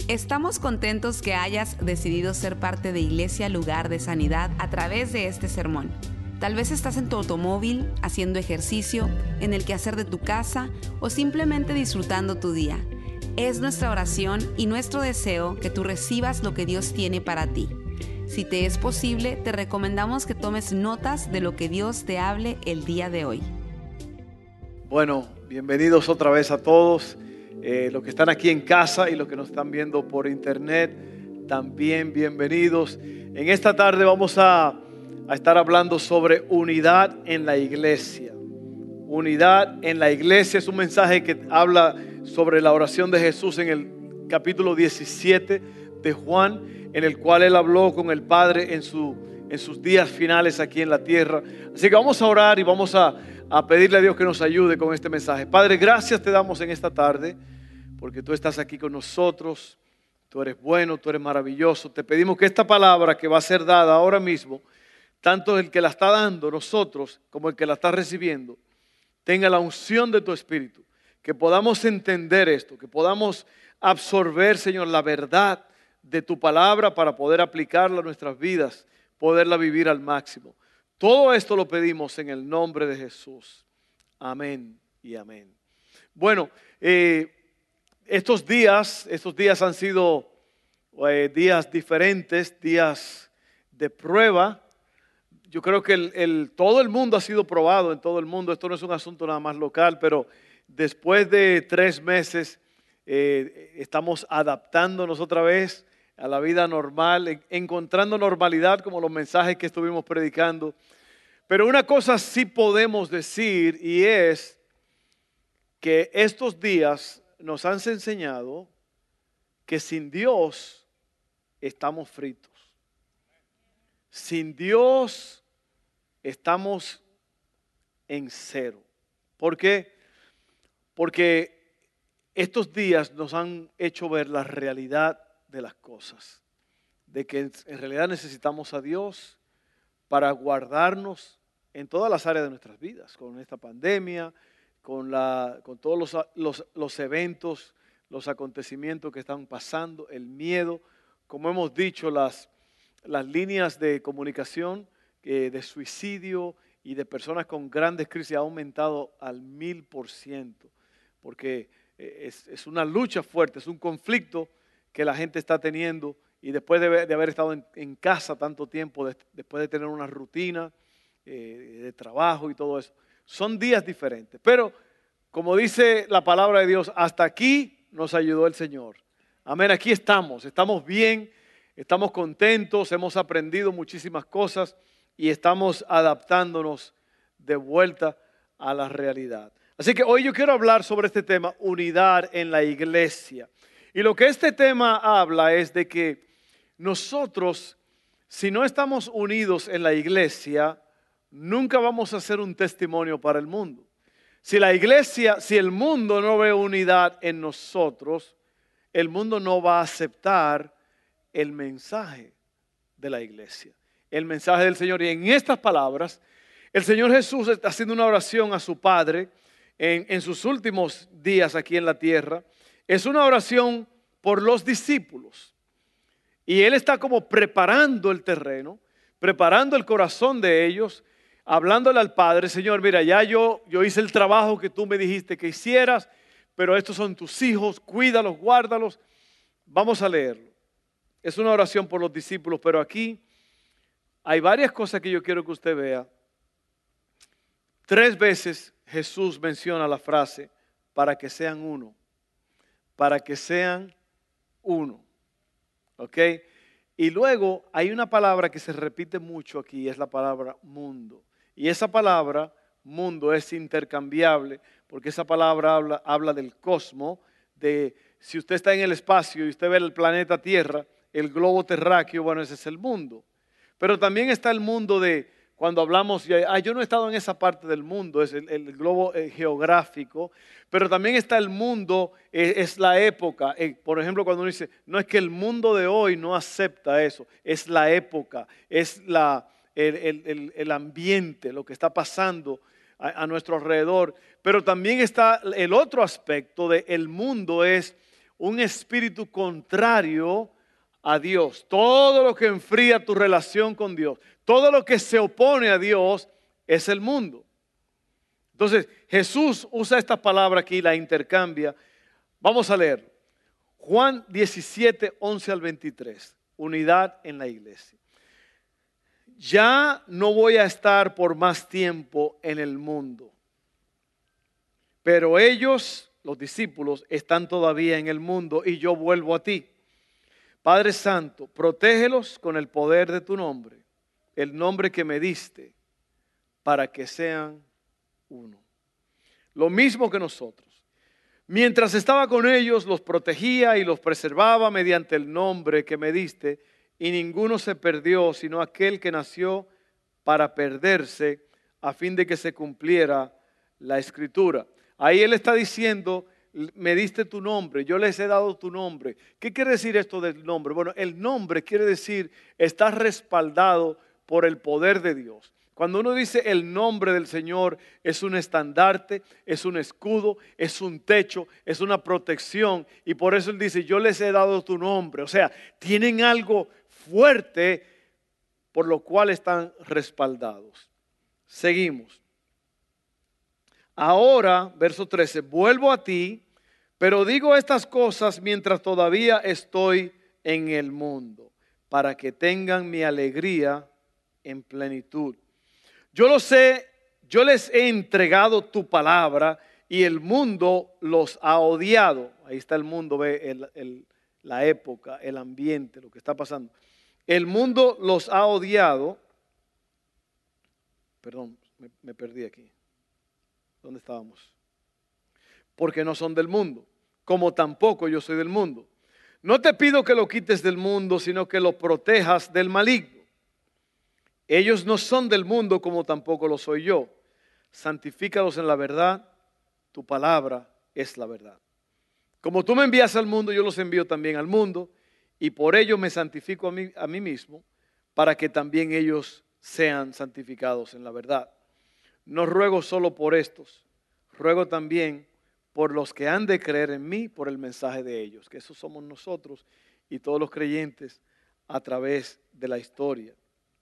Estamos contentos que hayas decidido ser parte de Iglesia Lugar de Sanidad a través de este sermón. Tal vez estás en tu automóvil, haciendo ejercicio, en el quehacer de tu casa o simplemente disfrutando tu día. Es nuestra oración y nuestro deseo que tú recibas lo que Dios tiene para ti. Si te es posible, te recomendamos que tomes notas de lo que Dios te hable el día de hoy. Bueno, bienvenidos otra vez a todos. Los que están aquí en casa y los que nos están viendo por internet, también bienvenidos. En esta tarde vamos a estar hablando sobre unidad en la iglesia. Unidad en la iglesia es un mensaje que habla sobre la oración de Jesús en el capítulo 17 de Juan, en el cual Él habló con el Padre en sus días finales aquí en la tierra. Así que vamos a orar y vamos a pedirle a Dios que nos ayude con este mensaje. Padre, gracias te damos en esta tarde porque tú estás aquí con nosotros. Tú eres bueno, tú eres maravilloso. Te pedimos que esta palabra que va a ser dada ahora mismo, tanto el que la está dando, nosotros, como el que la está recibiendo, tenga la unción de tu Espíritu. Que podamos entender esto, que podamos absorber, Señor, la verdad de tu palabra para poder aplicarla a nuestras vidas, poderla vivir al máximo. Todo esto lo pedimos en el nombre de Jesús. Amén y amén. Bueno, estos días han sido días diferentes, días de prueba. Yo creo que todo el mundo ha sido probado en todo el mundo. Esto no es un asunto nada más local, pero después de 3 meses estamos adaptándonos otra vez a la vida normal, encontrando normalidad como los mensajes que estuvimos predicando. Pero una cosa sí podemos decir y es que estos días nos han enseñado que sin Dios estamos fritos. Sin Dios estamos en cero. ¿Por qué? Porque estos días nos han hecho ver la realidad de las cosas, de que en realidad necesitamos a Dios para guardarnos en todas las áreas de nuestras vidas, con esta pandemia, con todos los eventos, los acontecimientos que están pasando, el miedo, como hemos dicho, las líneas de comunicación de suicidio y de personas con grandes crisis ha aumentado al 1000%, porque es una lucha fuerte, es un conflicto que la gente está teniendo y después de haber estado en casa tanto tiempo, después de tener una rutina de trabajo y todo eso. Son días diferentes, pero como dice la palabra de Dios, hasta aquí nos ayudó el Señor. Amén, aquí estamos bien, estamos contentos, hemos aprendido muchísimas cosas y estamos adaptándonos de vuelta a la realidad. Así que hoy yo quiero hablar sobre este tema, unidad en la iglesia. Y lo que este tema habla es de que nosotros, si no estamos unidos en la iglesia, nunca vamos a ser un testimonio para el mundo. Si el mundo no ve unidad en nosotros, el mundo no va a aceptar el mensaje de la iglesia, el mensaje del Señor. Y en estas palabras, el Señor Jesús está haciendo una oración a su Padre en sus últimos días aquí en la tierra. Es una oración por los discípulos. Y Él está como preparando el terreno, preparando el corazón de ellos, hablándole al Padre: Señor, mira, ya yo hice el trabajo que tú me dijiste que hicieras, pero estos son tus hijos, cuídalos, guárdalos. Vamos a leerlo. Es una oración por los discípulos, pero aquí hay varias cosas que yo quiero que usted vea. 3 veces Jesús menciona la frase, para que sean uno. Para que sean uno. ¿Ok? Y luego hay una palabra que se repite mucho aquí, es la palabra mundo. Y esa palabra, mundo, es intercambiable, porque esa palabra habla del cosmos, de si usted está en el espacio y usted ve el planeta Tierra, el globo terráqueo, bueno, ese es el mundo. Pero también está el mundo de, cuando hablamos, yo no he estado en esa parte del mundo, es el globo geográfico, pero también está el mundo, es la época. Por ejemplo, cuando uno dice, no es que el mundo de hoy no acepta eso, es la época, es el ambiente, lo que está pasando a nuestro alrededor. Pero también está el otro aspecto del mundo, es un espíritu contrario a Dios. Todo lo que enfría tu relación con Dios, todo lo que se opone a Dios es el mundo. Entonces Jesús usa esta palabra aquí, la intercambia. Vamos a leer Juan 17, 11 al 23. Unidad en la iglesia. Ya no voy a estar por más tiempo en el mundo, pero ellos, los discípulos, están todavía en el mundo y yo vuelvo a ti. Padre Santo, protégelos con el poder de tu nombre, el nombre que me diste, para que sean uno. Lo mismo que nosotros. Mientras estaba con ellos, los protegía y los preservaba mediante el nombre que me diste, y ninguno se perdió, sino aquel que nació para perderse, a fin de que se cumpliera la Escritura. Ahí él está diciendo, me diste tu nombre, yo les he dado tu nombre. ¿Qué quiere decir esto del nombre? Bueno, el nombre quiere decir, está respaldado por el poder de Dios. Cuando uno dice el nombre del Señor, es un estandarte, es un escudo, es un techo, es una protección. Y por eso él dice, yo les he dado tu nombre. O sea, tienen algo fuerte por lo cual están respaldados. Seguimos. Ahora, verso 13, vuelvo a ti, pero digo estas cosas mientras todavía estoy en el mundo, para que tengan mi alegría en plenitud. Yo lo sé, yo les he entregado tu palabra y el mundo los ha odiado. Ahí está el mundo, ve la época, el ambiente, lo que está pasando. El mundo los ha odiado. Perdón, me perdí aquí. ¿Dónde estábamos? Porque no son del mundo, como tampoco yo soy del mundo. No te pido que lo quites del mundo, sino que lo protejas del maligno. Ellos no son del mundo, como tampoco lo soy yo. Santifícalos en la verdad, tu palabra es la verdad. Como tú me envías al mundo, yo los envío también al mundo, y por ello me santifico a mí mismo, para que también ellos sean santificados en la verdad. No ruego solo por estos, ruego también por los que han de creer en mí por el mensaje de ellos, que esos somos nosotros y todos los creyentes a través de la historia.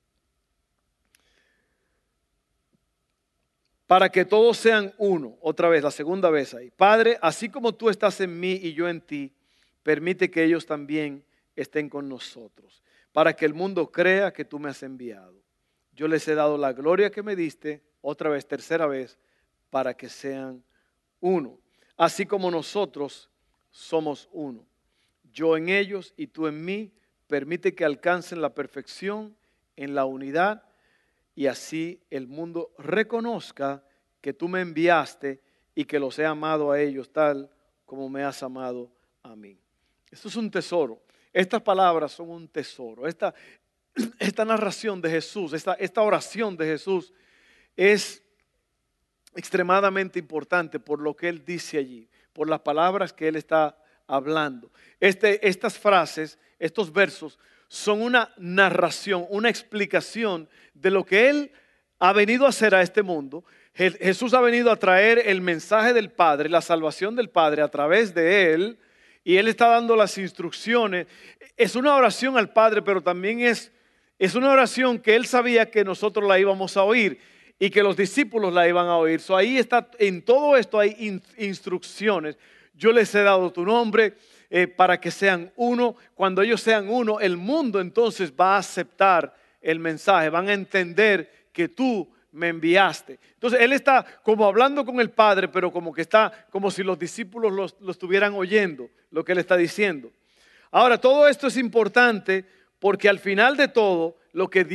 Para que todos sean uno, otra vez, la segunda vez ahí. Padre, así como tú estás en mí y yo en ti, permite que ellos también estén con nosotros, para que el mundo crea que tú me has enviado. Yo les he dado la gloria que me diste, otra vez, tercera vez, para que sean uno. Así como nosotros somos uno. Yo en ellos y tú en mí, permite que alcancen la perfección en la unidad, y así el mundo reconozca que tú me enviaste y que los he amado a ellos tal como me has amado a mí. Esto es un tesoro. Estas palabras son un tesoro. Esta narración de Jesús, esta oración de Jesús es extremadamente importante por lo que Él dice allí, por las palabras que Él está hablando. Estas frases, estos versos, son una narración, una explicación de lo que Él ha venido a hacer a este mundo. Jesús ha venido a traer el mensaje del Padre, la salvación del Padre a través de Él, y Él está dando las instrucciones. Es una oración al Padre, pero también es una oración que Él sabía que nosotros la íbamos a oír y que los discípulos la iban a oír. Ahí está, en todo esto hay instrucciones. Yo les he dado tu nombre para que sean uno. Cuando ellos sean uno, el mundo entonces va a aceptar el mensaje. Van a entender que tú me enviaste. Entonces Él está como hablando con el Padre, pero como que está como si los discípulos lo estuvieran oyendo, lo que Él está diciendo. Ahora, todo esto es importante porque al final de todo, lo que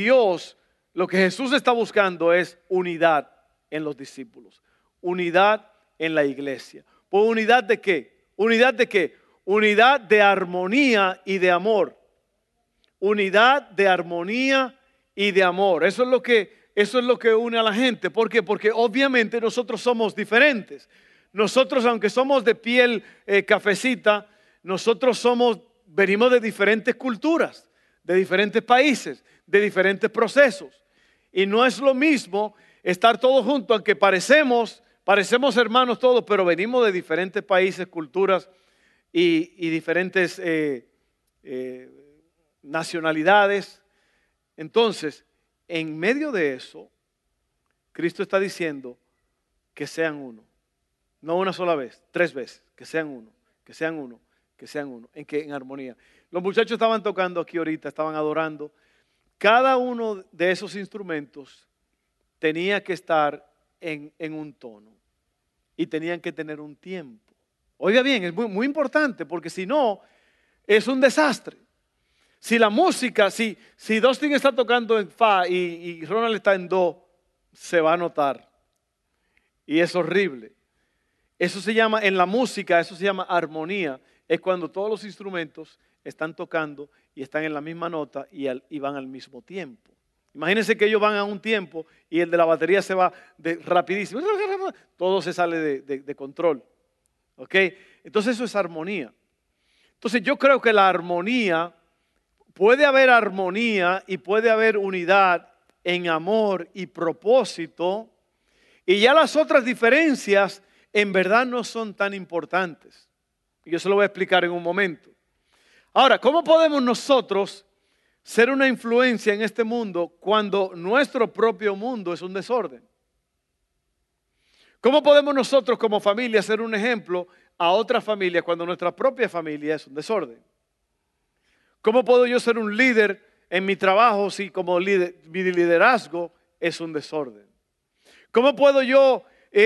Jesús está buscando es unidad en los discípulos. Unidad en la iglesia. ¿Por unidad de qué? ¿Unidad de qué? Unidad de armonía y de amor. Unidad de armonía y de amor. Eso es lo que une a la gente. ¿Por qué? Porque obviamente nosotros somos diferentes. Nosotros, aunque somos de piel cafecita, nosotros venimos de diferentes culturas, de diferentes países, de diferentes procesos. Y no es lo mismo estar todos juntos, aunque parecemos hermanos todos, pero venimos de diferentes países, culturas y diferentes nacionalidades. Entonces, en medio de eso, Cristo está diciendo que sean uno. No una sola vez, 3 veces, que sean uno, que sean uno, que sean uno, en armonía. Los muchachos estaban tocando aquí ahorita, estaban adorando. Cada uno de esos instrumentos tenía que estar en un tono y tenían que tener un tiempo. Oiga bien, es muy, muy importante porque si no, es un desastre. Si la música, si Dustin está tocando en fa y Ronald está en do, se va a notar. Y es horrible. Eso se llama, en la música, eso se llama armonía. Es cuando todos los instrumentos están tocando y están en la misma nota y van al mismo tiempo. Imagínense que ellos van a un tiempo y el de la batería se va rapidísimo. Todo se sale de control. ¿Ok? Entonces eso es armonía. Entonces yo creo que la armonía, puede haber armonía y puede haber unidad en amor y propósito. Y ya las otras diferencias en verdad no son tan importantes. Y yo se lo voy a explicar en un momento. Ahora, ¿cómo podemos nosotros ser una influencia en este mundo cuando nuestro propio mundo es un desorden? ¿Cómo podemos nosotros como familia ser un ejemplo a otras familias cuando nuestra propia familia es un desorden? ¿Cómo puedo yo ser un líder en mi trabajo si como líder, mi liderazgo es un desorden? ¿Cómo puedo yo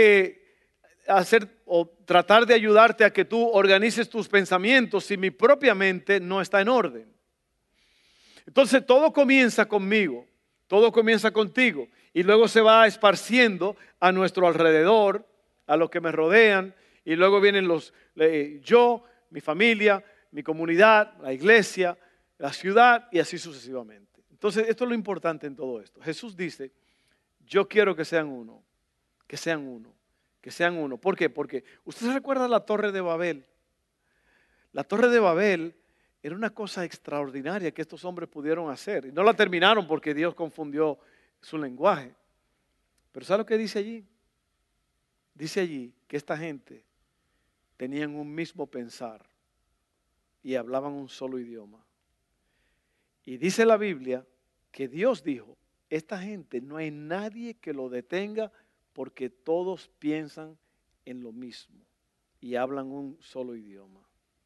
hacer o tratar de ayudarte a que tú organices tus pensamientos si mi propia mente no está en orden? Entonces todo comienza conmigo, todo comienza contigo y luego se va esparciendo a nuestro alrededor, a los que me rodean y luego vienen yo, mi familia, mi comunidad, la iglesia, la ciudad y así sucesivamente. Entonces esto es lo importante en todo esto. Jesús dice, yo quiero que sean uno, que sean uno, que sean uno. ¿Por qué? Porque usted se recuerda la Torre de Babel. La Torre de Babel era una cosa extraordinaria que estos hombres pudieron hacer. Y no la terminaron porque Dios confundió su lenguaje. Pero ¿sabe lo que dice allí? Dice allí que esta gente tenían un mismo pensar y hablaban un solo idioma. Y dice la Biblia que Dios dijo, esta gente no hay nadie que lo detenga porque todos piensan en lo mismo y hablan un solo idioma.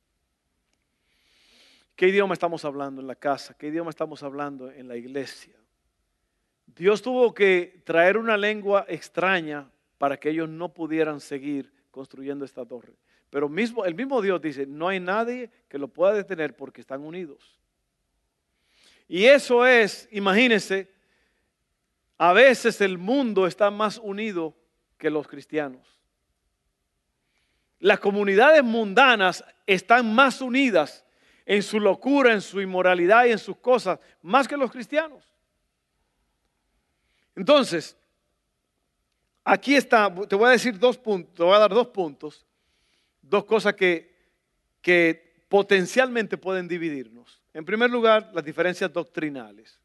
¿Qué idioma estamos hablando en la casa? ¿Qué idioma estamos hablando en la iglesia? Dios tuvo que traer una lengua extraña para que ellos no pudieran seguir construyendo esta torre. Pero el mismo Dios dice, no hay nadie que lo pueda detener porque están unidos. Y eso es, imagínense, a veces el mundo está más unido que los cristianos. Las comunidades mundanas están más unidas en su locura, en su inmoralidad y en sus cosas, más que los cristianos. Entonces, aquí está, te voy a decir 2 puntos, te voy a dar 2 puntos, 2 cosas que potencialmente pueden dividirnos. En primer lugar, las diferencias doctrinales.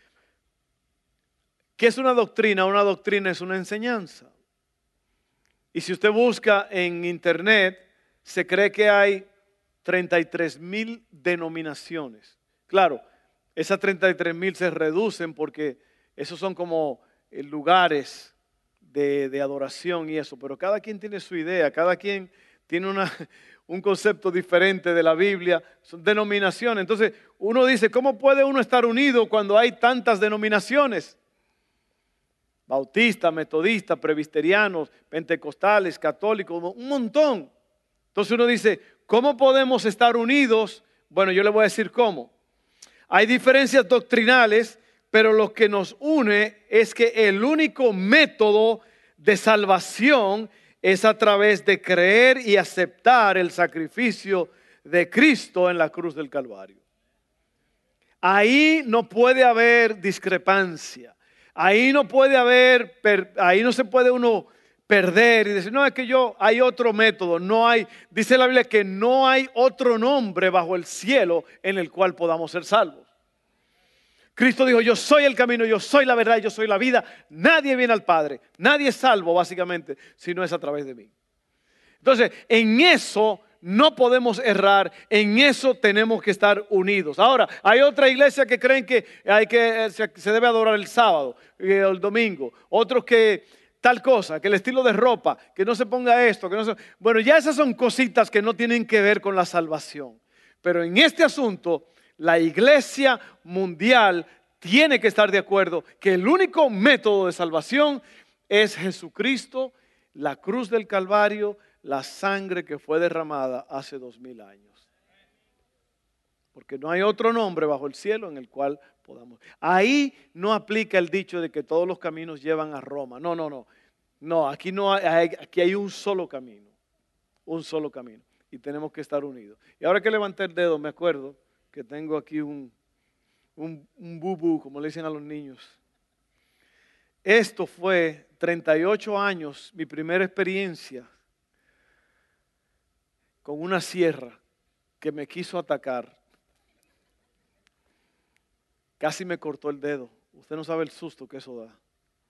¿Qué es una doctrina? Una doctrina es una enseñanza. Y si usted busca en internet, se cree que hay 33,000 denominaciones. Claro, esas 33,000 se reducen porque esos son como lugares de adoración y eso. Pero cada quien tiene su idea, cada quien tiene un concepto diferente de la Biblia, son denominaciones. Entonces uno dice, ¿cómo puede uno estar unido cuando hay tantas denominaciones? Bautistas, metodistas, presbiterianos, pentecostales, católicos, un montón. Entonces uno dice, ¿cómo podemos estar unidos? Bueno, yo le voy a decir cómo. Hay diferencias doctrinales, pero lo que nos une es que el único método de salvación es a través de creer y aceptar el sacrificio de Cristo en la cruz del Calvario. Ahí no puede haber discrepancia. Ahí no se puede uno perder y decir, no, es que hay otro método. No hay, dice la Biblia que no hay otro nombre bajo el cielo en el cual podamos ser salvos. Cristo dijo, yo soy el camino, yo soy la verdad, yo soy la vida. Nadie viene al Padre, nadie es salvo básicamente si no es a través de mí. Entonces, en eso no podemos errar, en eso tenemos que estar unidos. Ahora, hay otra iglesia que creen que se debe adorar el sábado, el domingo, otros que tal cosa, que el estilo de ropa, que no se ponga esto, que no se... Bueno, ya esas son cositas que no tienen que ver con la salvación. Pero en este asunto, la iglesia mundial tiene que estar de acuerdo que el único método de salvación es Jesucristo, la cruz del Calvario, la sangre que fue derramada hace 2000 años. Porque no hay otro nombre bajo el cielo en el cual podamos. Ahí no aplica el dicho de que todos los caminos llevan a Roma. No, no, no. No, aquí no hay, aquí hay un solo camino. Un solo camino. Y tenemos que estar unidos. Y ahora que levanté el dedo, me acuerdo que tengo aquí un bubú, como le dicen a los niños. Esto fue 38 años, mi primera experiencia con una sierra que me quiso atacar. Casi me cortó el dedo. Usted no sabe el susto que eso da.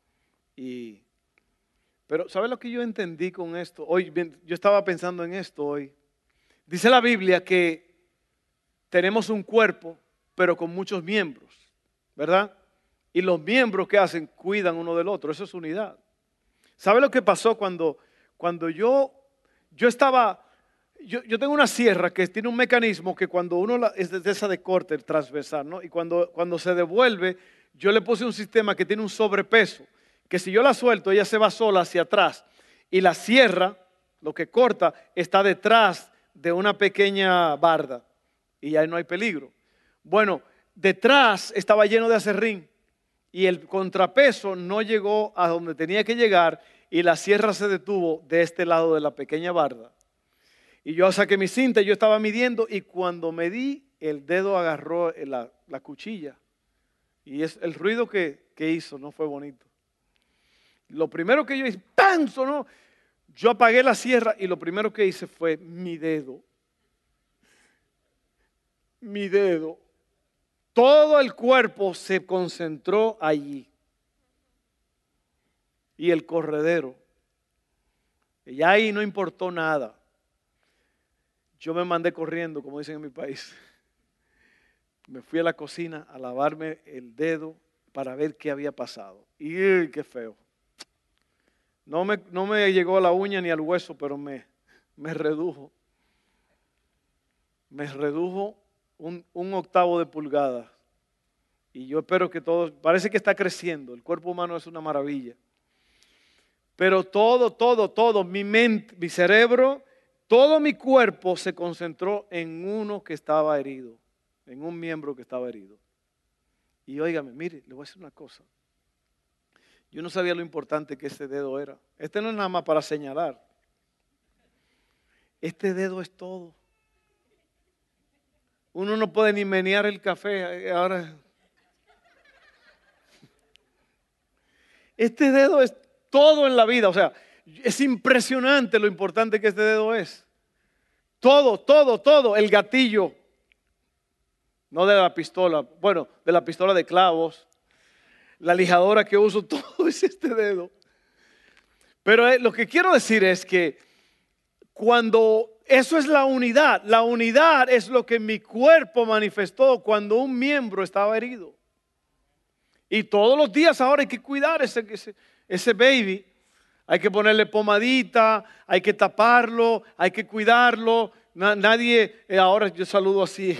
Pero ¿sabe lo que yo entendí con esto? Hoy, yo estaba pensando en esto hoy. Dice la Biblia que tenemos un cuerpo, pero con muchos miembros, ¿verdad? Y los miembros que hacen cuidan uno del otro. Eso es unidad. ¿Sabe lo que pasó cuando yo estaba... Yo tengo una sierra que tiene un mecanismo que cuando uno es de esa de corte transversal, ¿no? Y cuando se devuelve, yo le puse un sistema que tiene un sobrepeso, que si yo la suelto, ella se va sola hacia atrás. Y la sierra, lo que corta, está detrás de una pequeña barda. Y ahí no hay peligro. Bueno, detrás estaba lleno de acerrín. Y el contrapeso no llegó a donde tenía que llegar. Y la sierra se detuvo de este lado de la pequeña barda. Y yo saqué mi cinta, yo estaba midiendo y cuando medí, el dedo agarró la cuchilla. Y el ruido que hizo no fue bonito. Lo primero que yo hice, ¡pam! Sonó. Yo apagué la sierra y lo primero que hice fue mi dedo. Mi dedo. Todo el cuerpo se concentró allí. Y el corredero. Y ahí no importó nada. Yo me mandé corriendo, como dicen en mi país. Me fui a la cocina a lavarme el dedo para ver qué había pasado. Y qué feo. No me llegó a la uña ni al hueso, pero me redujo. Me redujo un octavo de pulgada. Y yo espero que todo, parece que está creciendo. El cuerpo humano es una maravilla. Pero todo, mi mente, mi cerebro, todo mi cuerpo se concentró en uno que estaba herido, en un miembro que estaba herido. Y óigame, mire, le voy a decir una cosa. Yo no sabía lo importante que este dedo era. Este no es nada más para señalar. Este dedo es todo. Uno no puede ni menear el café. Ahora, este dedo es todo en la vida. O sea, es impresionante lo importante que este dedo es. Todo. El gatillo. No de la pistola. Bueno, de la pistola de clavos. La lijadora que uso, todo es este dedo. Pero lo que quiero decir es que cuando eso es la unidad es lo que mi cuerpo manifestó cuando un miembro estaba herido. Y todos los días ahora hay que cuidar ese baby. Hay que ponerle pomadita, hay que taparlo, hay que cuidarlo. Nadie, ahora yo saludo así.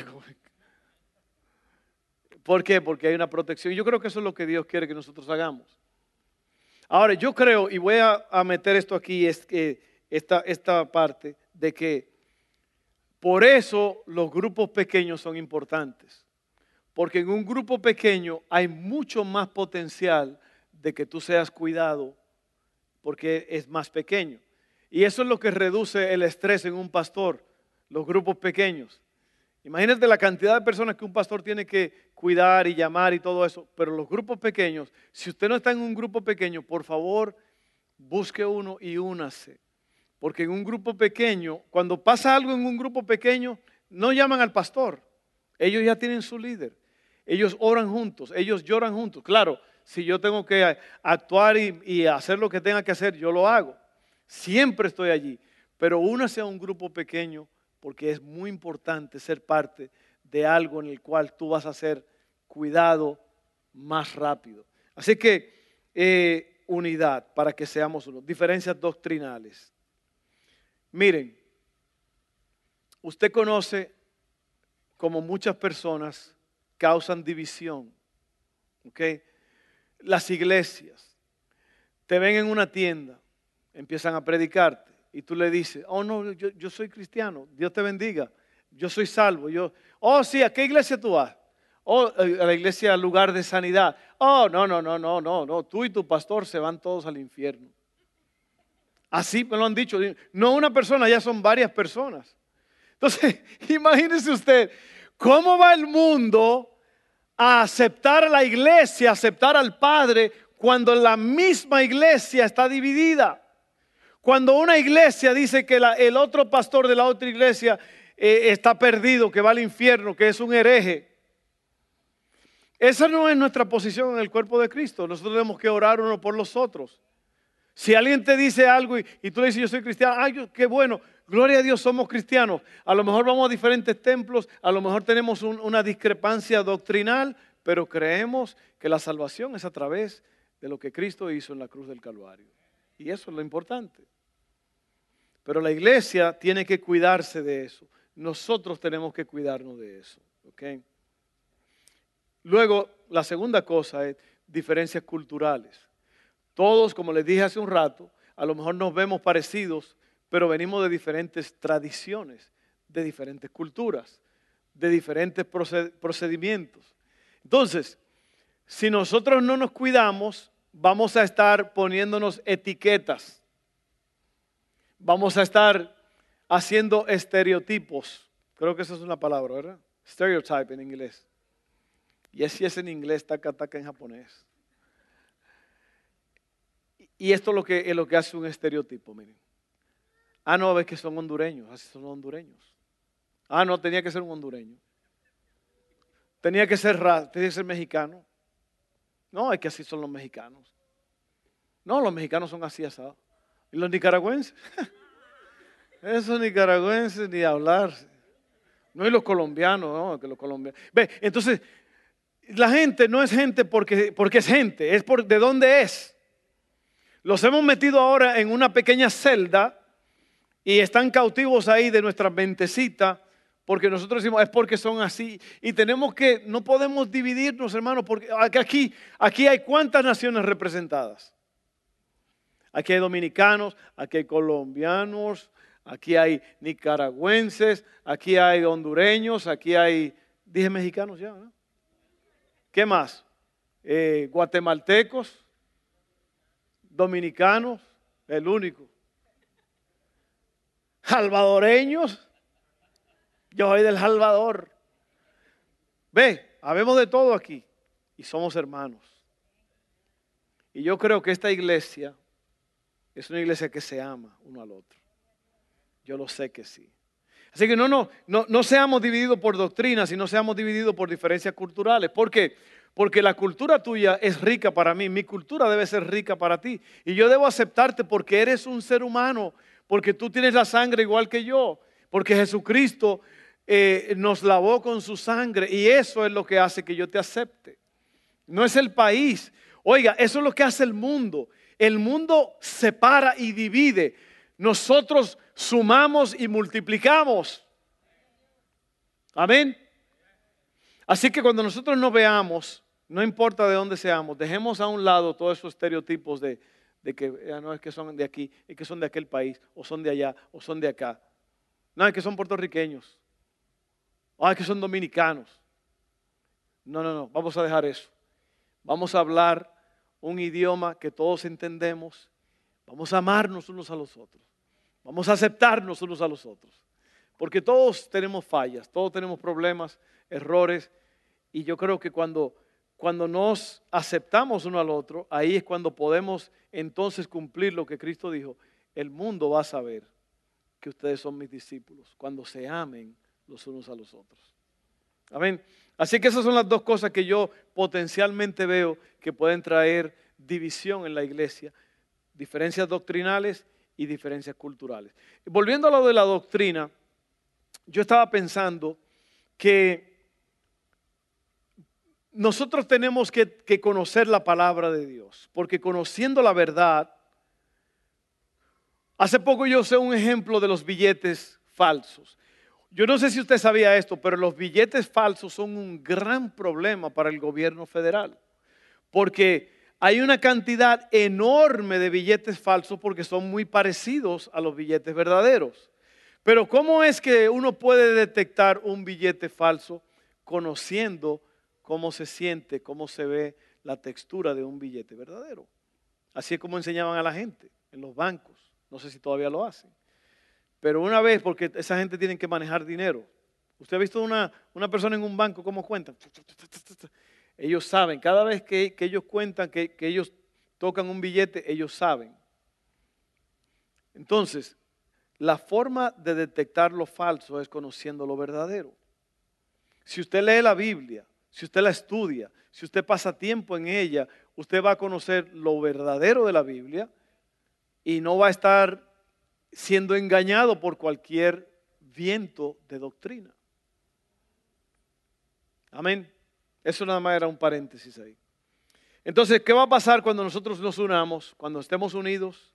¿Por qué? Porque hay una protección. Yo creo que eso es lo que Dios quiere que nosotros hagamos. Ahora, yo creo, y voy a meter esto aquí, es que esta parte, de que por eso los grupos pequeños son importantes. Porque en un grupo pequeño hay mucho más potencial de que tú seas cuidado, porque es más pequeño. Y eso es lo que reduce el estrés en un pastor, los grupos pequeños. Imagínate la cantidad de personas que un pastor tiene que cuidar y llamar y todo eso. Pero los grupos pequeños, si usted no está en un grupo pequeño, por favor, busque uno y únase. Porque en un grupo pequeño, cuando pasa algo en un grupo pequeño, no llaman al pastor. Ellos ya tienen su líder. Ellos oran juntos, ellos lloran juntos. Claro, si yo tengo que actuar y hacer lo que tenga que hacer, yo lo hago. Siempre estoy allí. Pero únase a un grupo pequeño porque es muy importante ser parte de algo en el cual tú vas a ser cuidado más rápido. Así que unidad para que seamos uno. Diferencias doctrinales. Miren, usted conoce como muchas personas causan división. ¿Ok? Las iglesias te ven en una tienda, empiezan a predicarte y tú le dices, oh no, yo soy cristiano, Dios te bendiga, yo soy salvo. Oh sí, ¿a qué iglesia tú vas? Oh, a la iglesia Lugar de Sanidad. Oh, no, tú y tu pastor se van todos al infierno. Así me lo han dicho, no una persona, ya son varias personas. Entonces, imagínese usted, ¿cómo va el mundo a aceptar a la iglesia, aceptar al Padre, cuando la misma iglesia está dividida? Cuando una iglesia dice que el otro pastor de la otra iglesia está perdido, que va al infierno, que es un hereje. Esa no es nuestra posición en el cuerpo de Cristo. Nosotros tenemos que orar uno por los otros. Si alguien te dice algo y tú le dices yo soy cristiano, ay, qué bueno, gloria a Dios, somos cristianos. A lo mejor vamos a diferentes templos, a lo mejor tenemos una discrepancia doctrinal, pero creemos que la salvación es a través de lo que Cristo hizo en la cruz del Calvario. Y eso es lo importante. Pero la iglesia tiene que cuidarse de eso. Nosotros tenemos que cuidarnos de eso. ¿Okay? Luego, la segunda cosa es diferencias culturales. Todos, como les dije hace un rato, a lo mejor nos vemos parecidos, pero venimos de diferentes tradiciones, de diferentes culturas, de diferentes procedimientos. Entonces, si nosotros no nos cuidamos, vamos a estar poniéndonos etiquetas. Vamos a estar haciendo estereotipos. Creo que esa es una palabra, ¿verdad? Stereotype en inglés. Y así es en inglés, taca en japonés. Y esto es lo que hace un estereotipo, miren. Ah, no, ves que son hondureños, así son los hondureños. Ah, no, tenía que ser un hondureño. Tenía que ser mexicano. No, es que así son los mexicanos. No, los mexicanos son así asados. ¿Y los nicaragüenses? Esos nicaragüenses ni hablar. No, y los colombianos, no, que los colombianos. Ve, entonces, la gente no es gente porque es gente, es por de dónde es. Los hemos metido ahora en una pequeña celda y están cautivos ahí de nuestra mentecita, porque nosotros decimos es porque son así. Y no podemos dividirnos, hermanos, porque aquí hay ¿cuántas naciones representadas? Aquí hay dominicanos, aquí hay colombianos, aquí hay nicaragüenses, aquí hay hondureños, aquí hay, dije mexicanos ya, ¿no? ¿Qué más? Guatemaltecos, dominicanos, el único. Salvadoreños, yo soy del Salvador. Ve, habemos de todo aquí y somos hermanos. Y yo creo que esta iglesia es una iglesia que se ama uno al otro. Yo lo sé que sí. Así que no seamos divididos por doctrinas, sino seamos divididos por diferencias culturales. ¿Por qué? Porque la cultura tuya es rica para mí, mi cultura debe ser rica para ti. Y yo debo aceptarte porque eres un ser humano, porque tú tienes la sangre igual que yo, porque Jesucristo nos lavó con su sangre y eso es lo que hace que yo te acepte. No es el país. Oiga, eso es lo que hace el mundo. El mundo separa y divide. Nosotros sumamos y multiplicamos. Amén. Así que cuando nosotros nos veamos, no importa de dónde seamos, dejemos a un lado todos esos estereotipos de que no es que son de aquí, es que son de aquel país, o son de allá, o son de acá. No, es que son puertorriqueños. O es que son dominicanos. No, vamos a dejar eso. Vamos a hablar un idioma que todos entendemos. Vamos a amarnos unos a los otros. Vamos a aceptarnos unos a los otros. Porque todos tenemos fallas, todos tenemos problemas, errores. Y yo creo que cuando nos aceptamos uno al otro, ahí es cuando podemos entonces cumplir lo que Cristo dijo. El mundo va a saber que ustedes son mis discípulos, cuando se amen los unos a los otros. Amén. Así que esas son las dos cosas que yo potencialmente veo que pueden traer división en la iglesia. Diferencias doctrinales y diferencias culturales. Volviendo a lo de la doctrina, yo estaba pensando que nosotros tenemos que conocer la palabra de Dios, porque conociendo la verdad, hace poco yo usé un ejemplo de los billetes falsos. Yo no sé si usted sabía esto, pero los billetes falsos son un gran problema para el gobierno federal, porque hay una cantidad enorme de billetes falsos porque son muy parecidos a los billetes verdaderos. Pero ¿cómo es que uno puede detectar un billete falso conociendo cómo se siente, cómo se ve la textura de un billete verdadero? Así es como enseñaban a la gente en los bancos. No sé si todavía lo hacen. Pero una vez, porque esa gente tiene que manejar dinero. ¿Usted ha visto una persona en un banco cómo cuentan? Ellos saben, cada vez que ellos cuentan, que ellos tocan un billete, ellos saben. Entonces, la forma de detectar lo falso es conociendo lo verdadero. Si usted lee la Biblia, si usted la estudia, si usted pasa tiempo en ella, usted va a conocer lo verdadero de la Biblia y no va a estar siendo engañado por cualquier viento de doctrina. Amén. Eso nada más era un paréntesis ahí. Entonces, ¿qué va a pasar cuando nosotros nos unamos? Cuando estemos unidos,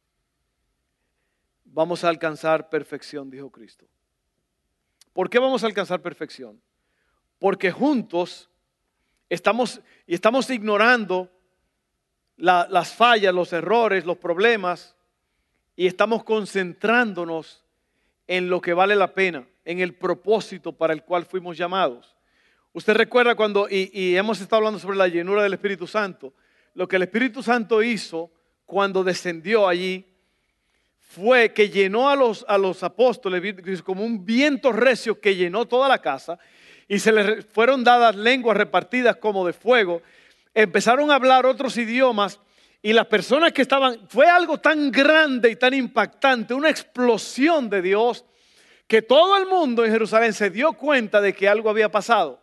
vamos a alcanzar perfección, dijo Cristo. ¿Por qué vamos a alcanzar perfección? Porque juntos estamos ignorando las fallas, los errores, los problemas, y estamos concentrándonos en lo que vale la pena, en el propósito para el cual fuimos llamados. Usted recuerda cuando, y hemos estado hablando sobre la llenura del Espíritu Santo, lo que el Espíritu Santo hizo cuando descendió allí fue que llenó a los apóstoles como un viento recio que llenó toda la casa y se les fueron dadas lenguas repartidas como de fuego. Empezaron a hablar otros idiomas y las personas que estaban, fue algo tan grande y tan impactante, una explosión de Dios, que todo el mundo en Jerusalén se dio cuenta de que algo había pasado.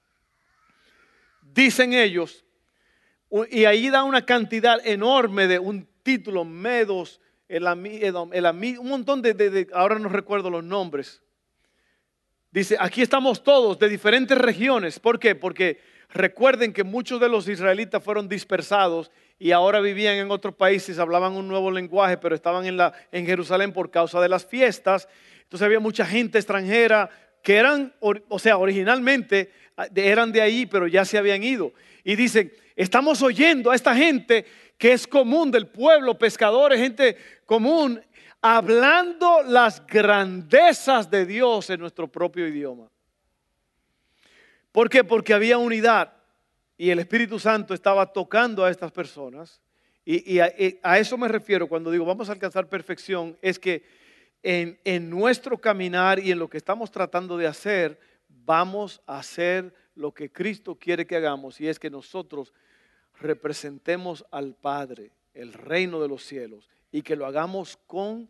Dicen ellos, y ahí da una cantidad enorme de un título, Medos, un montón ahora no recuerdo los nombres. Dice, aquí estamos todos de diferentes regiones. ¿Por qué? Porque recuerden que muchos de los israelitas fueron dispersados y ahora vivían en otros países, hablaban un nuevo lenguaje, pero estaban en Jerusalén por causa de las fiestas. Entonces había mucha gente extranjera que eran, originalmente eran de ahí, pero ya se habían ido. Y dicen, estamos oyendo a esta gente que es común del pueblo, pescadores, gente común, hablando las grandezas de Dios en nuestro propio idioma. ¿Por qué? Porque había unidad y el Espíritu Santo estaba tocando a estas personas. Y a eso me refiero cuando digo vamos a alcanzar perfección, es que en nuestro caminar y en lo que estamos tratando de hacer, vamos a hacer lo que Cristo quiere que hagamos, y es que nosotros representemos al Padre, el reino de los cielos, y que lo hagamos con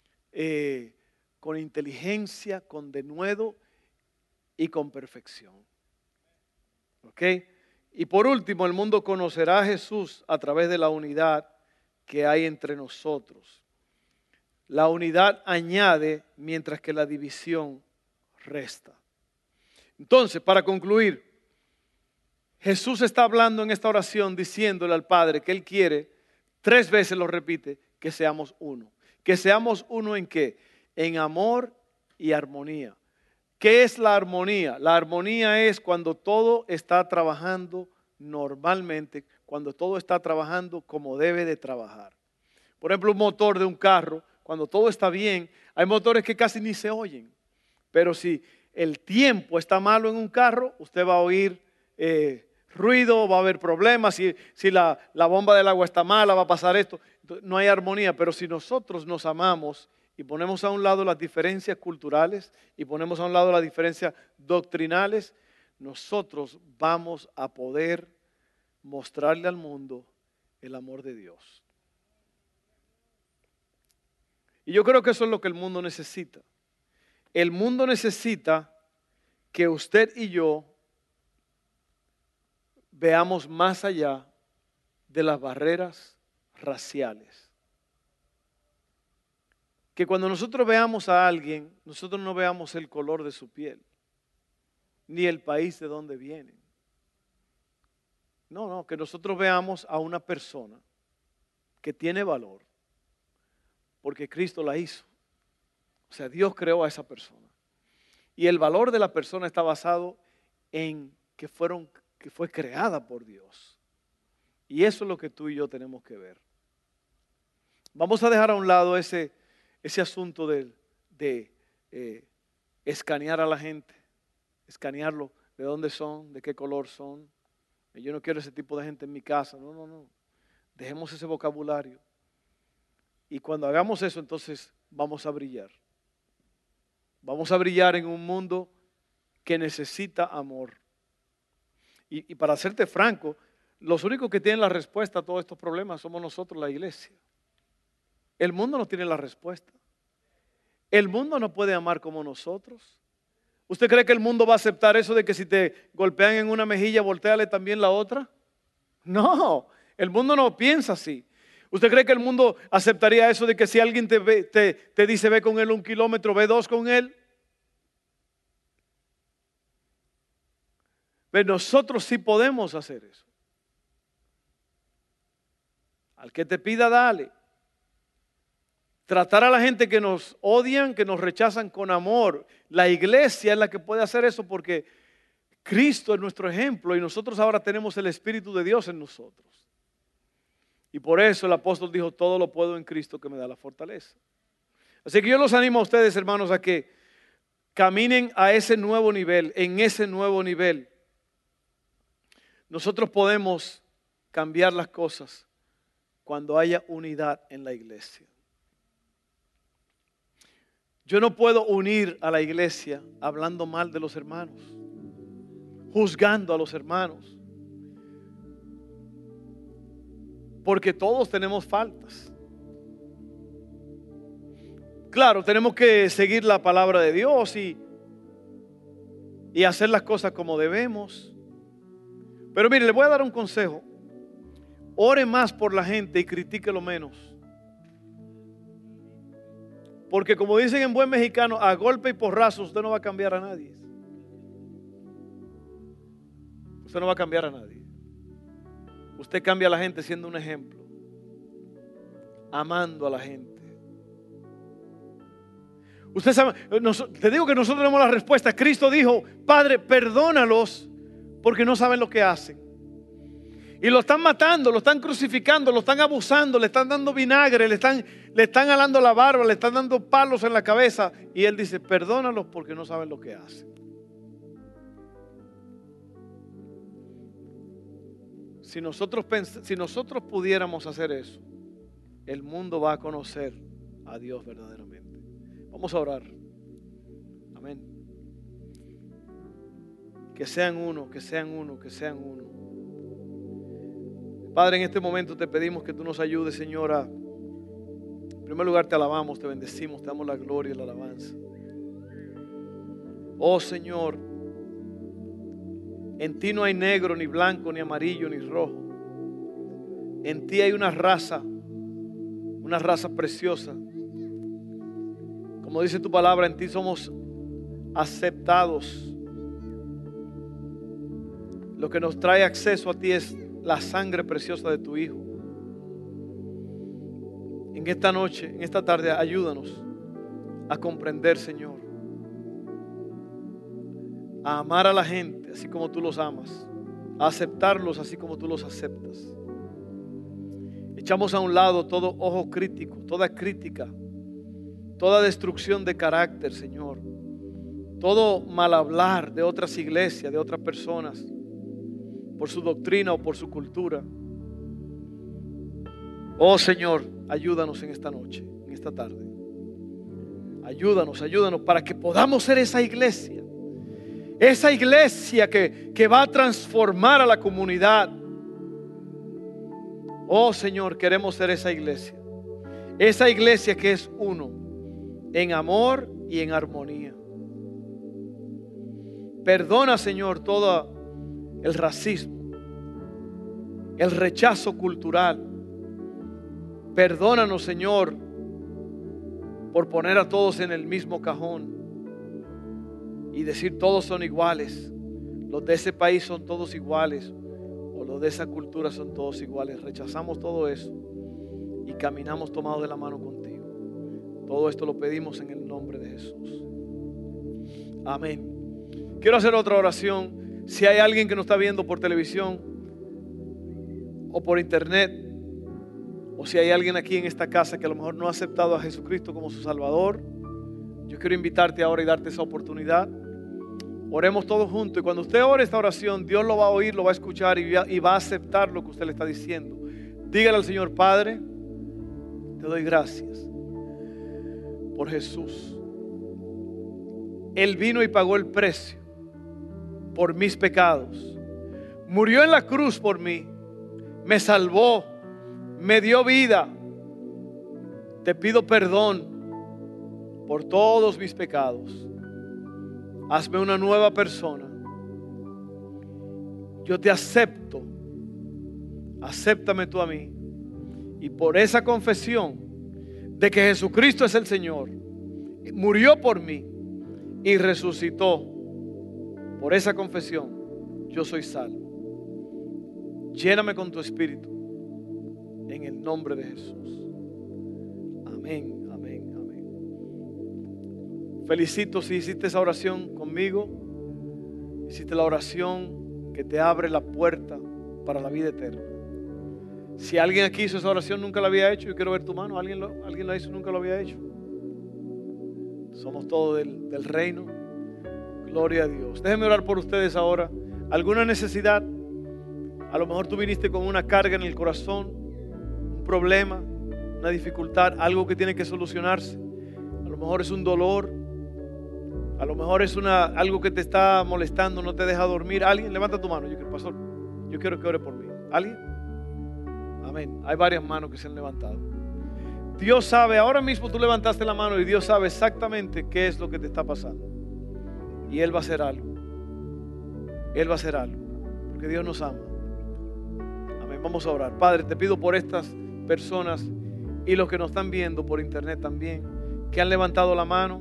inteligencia, con denuedo y con perfección. ¿Ok? Y por último, el mundo conocerá a Jesús a través de la unidad que hay entre nosotros. La unidad añade mientras que la división resta. Entonces, para concluir, Jesús está hablando en esta oración diciéndole al Padre que Él quiere, 3 veces lo repite, que seamos uno. ¿Que seamos uno en qué? En amor y armonía. ¿Qué es la armonía? La armonía es cuando todo está trabajando normalmente, cuando todo está trabajando como debe de trabajar. Por ejemplo, un motor de un carro, cuando todo está bien, hay motores que casi ni se oyen. Pero si el tiempo está malo en un carro, usted va a oír ruido, va a haber problemas. Si la bomba del agua está mala, va a pasar esto. Entonces, no hay armonía. Pero si nosotros nos amamos y ponemos a un lado las diferencias culturales y ponemos a un lado las diferencias doctrinales, nosotros vamos a poder mostrarle al mundo el amor de Dios. Y yo creo que eso es lo que el mundo necesita. El mundo necesita que usted y yo veamos más allá de las barreras raciales. que cuando nosotros veamos a alguien, nosotros no veamos el color de su piel, ni el país de donde vienen. No, que nosotros veamos a una persona que tiene valor, porque Cristo la hizo. O sea, Dios creó a esa persona. Y el valor de la persona está basado en que fue creada por Dios. Y eso es lo que tú y yo tenemos que ver. Vamos a dejar a un lado ese asunto de escanear a la gente, escanearlo, de dónde son, de qué color son. Yo no quiero ese tipo de gente en mi casa. No. Dejemos ese vocabulario. Y cuando hagamos eso, entonces vamos a brillar. Vamos a brillar en un mundo que necesita amor. Y para serte franco, los únicos que tienen la respuesta a todos estos problemas somos nosotros, la iglesia. El mundo no tiene la respuesta. El mundo no puede amar como nosotros. ¿Usted cree que el mundo va a aceptar eso de que si te golpean en una mejilla, voltéale también la otra? No, el mundo no piensa así. ¿Usted cree que el mundo aceptaría eso de que si alguien te dice ve con él 1 kilómetro, ve 2 con él? Pero nosotros sí podemos hacer eso. Al que te pida, dale. Tratar a la gente que nos odian, que nos rechazan con amor. La iglesia es la que puede hacer eso porque Cristo es nuestro ejemplo y nosotros ahora tenemos el Espíritu de Dios en nosotros. Y por eso el apóstol dijo, todo lo puedo en Cristo que me da la fortaleza. Así que yo los animo a ustedes, hermanos, a que caminen a ese nuevo nivel, en ese nuevo nivel. Nosotros podemos cambiar las cosas cuando haya unidad en la iglesia. Yo no puedo unir a la iglesia hablando mal de los hermanos, juzgando a los hermanos, porque todos tenemos faltas. Claro, tenemos que seguir la palabra de Dios y hacer las cosas como debemos. Pero mire, le voy a dar un consejo. Ore más por la gente y critíquelo menos. Porque como dicen en buen mexicano, a golpe y porrazo usted no va a cambiar a nadie. Usted no va a cambiar a nadie. Usted cambia a la gente siendo un ejemplo, amando a la gente. Usted sabe, te digo que nosotros tenemos la respuesta. Cristo dijo, Padre, perdónalos porque no saben lo que hacen. Y lo están matando, lo están crucificando, lo están abusando, le están dando vinagre, le están alando la barba, le están dando palos en la cabeza. Y Él dice, perdónalos porque no saben lo que hacen. Si nosotros pudiéramos hacer eso, el mundo va a conocer a Dios verdaderamente. Vamos a orar. Amén. Que sean uno, que sean uno, que sean uno. Padre, en este momento te pedimos que tú nos ayudes, Señora. En primer lugar te alabamos, te bendecimos, te damos la gloria y la alabanza. Oh Señor, en ti no hay negro, ni blanco, ni amarillo, ni rojo. En ti hay una raza preciosa. Como dice tu palabra, en ti somos aceptados. Lo que nos trae acceso a ti es la sangre preciosa de tu Hijo. En esta noche, en esta tarde, ayúdanos a comprender, Señor, a amar a la gente así como tú los amas, a aceptarlos así como tú los aceptas. Echamos a un lado todo ojo crítico, toda crítica, toda destrucción de carácter, Señor, todo mal hablar de otras iglesias, de otras personas, por su doctrina o por su cultura. Oh Señor, ayúdanos en esta noche, en esta tarde. Ayúdanos para que podamos ser esa iglesia que va a transformar a la comunidad. Oh Señor, queremos ser esa iglesia que es uno, en amor y en armonía. Perdona, Señor, todo el racismo, el rechazo cultural. Perdónanos, Señor, por poner a todos en el mismo cajón y decir todos son iguales. Los de ese país son todos iguales, o los de esa cultura son todos iguales. Rechazamos todo eso y caminamos tomados de la mano contigo. Todo esto lo pedimos en el nombre de Jesús. Amén. Quiero hacer otra oración. Si hay alguien que nos está viendo por televisión o por internet, o si hay alguien aquí en esta casa que a lo mejor no ha aceptado a Jesucristo como su Salvador, yo quiero invitarte ahora y darte esa oportunidad. Oremos todos juntos, y cuando usted ore esta oración, Dios lo va a oír, lo va a escuchar y va a aceptar lo que usted le está diciendo. Dígale al Señor: Padre, te doy gracias por Jesús. Él vino y pagó el precio por mis pecados. Murió en la cruz por mí. Me salvó. Me dio vida. Te pido perdón por todos mis pecados. Hazme una nueva persona. Yo te acepto. Acéptame tú a mí. Y por esa confesión de que Jesucristo es el Señor, murió por mí y resucitó, por esa confesión yo soy salvo. Lléname con tu Espíritu en el nombre de Jesús. Amén, amén, amén. Felicito si hiciste esa oración conmigo. Hiciste la oración que te abre la puerta para la vida eterna. Si alguien aquí hizo esa oración, nunca la había hecho, yo quiero ver tu mano. ¿Alguien la hizo, nunca lo había hecho? Somos todos del reino. Gloria a Dios. Déjenme orar por ustedes ahora. ¿Alguna necesidad? A lo mejor tú viniste con una carga en el corazón, un problema, una dificultad, algo que tiene que solucionarse. A lo mejor es un dolor. A lo mejor es algo que te está molestando, no te deja dormir. ¿Alguien? Levanta tu mano. Pastor, yo quiero que ore por mí. ¿Alguien? Amén. Hay varias manos que se han levantado. Dios sabe, ahora mismo tú levantaste la mano y Dios sabe exactamente qué es lo que te está pasando. Y Él va a hacer algo. Él va a hacer algo. Porque Dios nos ama. Amén. Vamos a orar. Padre, te pido por estas personas y los que nos están viendo por internet también, que han levantado la mano.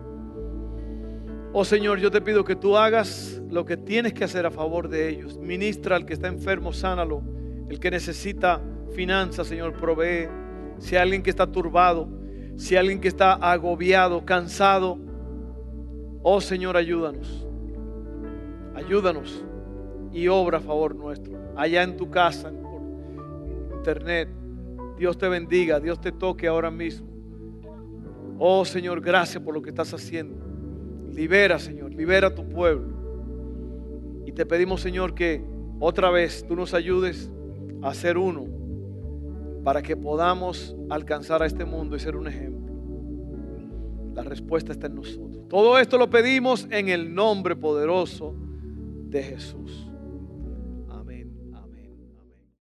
Oh Señor, yo te pido que tú hagas lo que tienes que hacer a favor de ellos. Ministra al que está enfermo, sánalo. El que necesita finanzas, Señor, provee. Si hay alguien que está turbado, si hay alguien que está agobiado, cansado, oh Señor, ayúdanos. Ayúdanos y obra a favor nuestro. Allá en tu casa, por internet, Dios te bendiga, Dios te toque ahora mismo. Oh Señor, gracias por lo que estás haciendo. Libera, Señor, libera a tu pueblo. Y te pedimos, Señor, que otra vez tú nos ayudes a ser uno, para que podamos alcanzar a este mundo y ser un ejemplo. La respuesta está en nosotros. Todo esto lo pedimos en el nombre poderoso de Jesús.